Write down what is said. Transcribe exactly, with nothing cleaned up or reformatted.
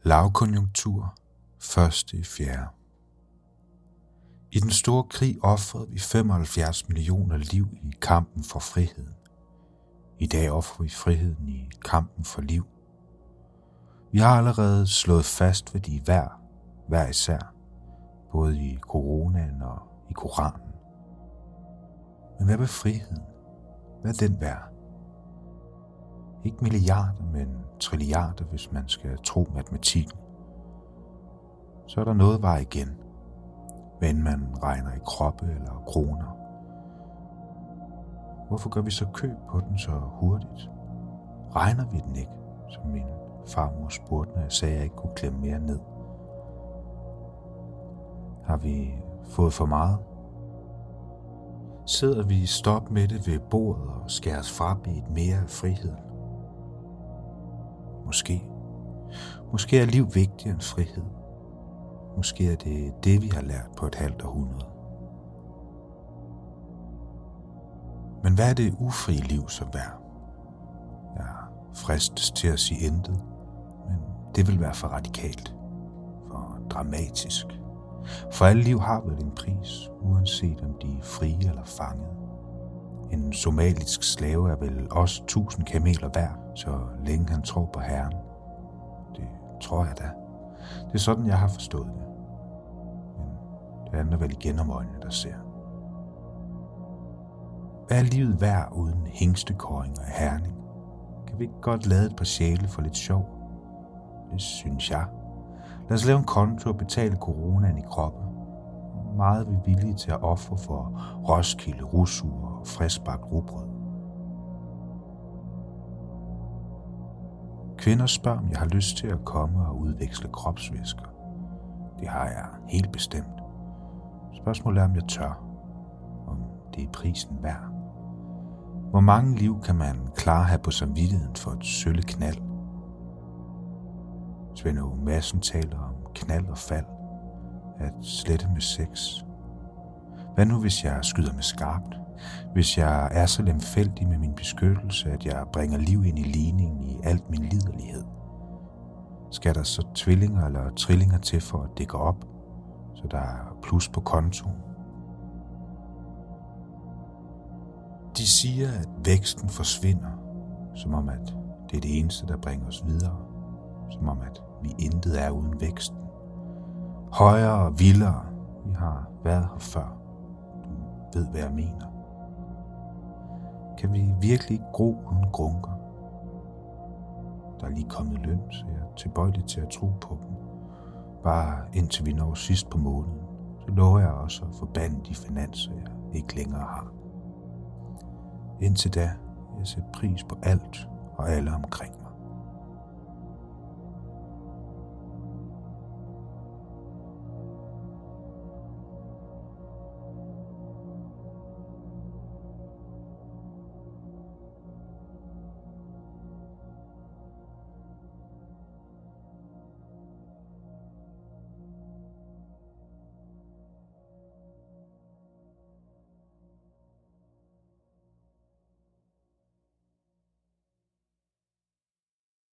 Lavkonjunktur, første i fjerde. I den store krig ofrede vi femoghalvfjerds millioner liv i kampen for friheden. I dag ofrer vi friheden i kampen for liv. Vi har allerede slået fast, hvad de er værd, hver især, både i coronaen og i Koranen. Men hvad med friheden? Hvad er den værd? Ikke milliarder, men trilliarder, hvis man skal tro matematikken. Så er der noget vej igen, hvad end man regner i kroppe eller kroner. Hvorfor gør vi så køb på den så hurtigt? Regner vi den ikke, som min farmor spurgte, når jeg sagde, at jeg ikke kunne klemme mere ned? Har vi fået for meget? Sidder vi stop med det ved bordet og skæres frabedt mere af friheden? Måske. Måske er liv vigtigere end frihed. Måske er det det, vi har lært på et halvt århundrede. Men hvad er det ufri liv så værd? Jeg fristes til at sige intet, men det vil være for radikalt, for dramatisk. For alle liv har vel en pris, uanset om de er frie eller fangede. En somalisk slave er vel også tusind kameler værd, så længe han tror på Herren. Det tror jeg da. Det er sådan, jeg har forstået det. Men det handler vel igen om øjnene, der ser. Hvad er livet værd uden hængstekøring og herning? Kan vi ikke godt lade et par sjæle for lidt sjov? Det synes jeg. Lad os lave en konto og betale coronaen i kroppen. Hvor meget er vi villige til at ofre for Roskilde, Rusur og friskbagt rugbrød? Kvinder spørger, om jeg har lyst til at komme og udveksle kropsvæsker. Det har jeg helt bestemt. Spørgsmålet er, om jeg tør. Om det er prisen værd. Hvor mange liv kan man klare have på samvittigheden for et sølle knald? Svend Åge Madsen taler om knald og fald, at slette med sex. Hvad nu, hvis jeg skyder med skarpt? Hvis jeg er så lemfældig med min beskyttelse, at jeg bringer liv ind i ligningen i alt min liderlighed? Skal der så tvillinger eller trillinger til for at dække op, så der er plus på kontoen? De siger, at væksten forsvinder, som om at det er det eneste, der bringer os videre. Som om at vi intet er uden væksten. Højere og vildere. Vi har været her før. Du ved, hvad jeg mener. Kan vi virkelig ikke gro uden grunker? Der er lige kommet løn, så jeg er tilbøjelig til at tro på dem. Bare indtil vi når sidst på måneden, så lover jeg også at forbande de finanser, jeg ikke længere har. Indtil da vil jeg sætte pris på alt og alle omkring.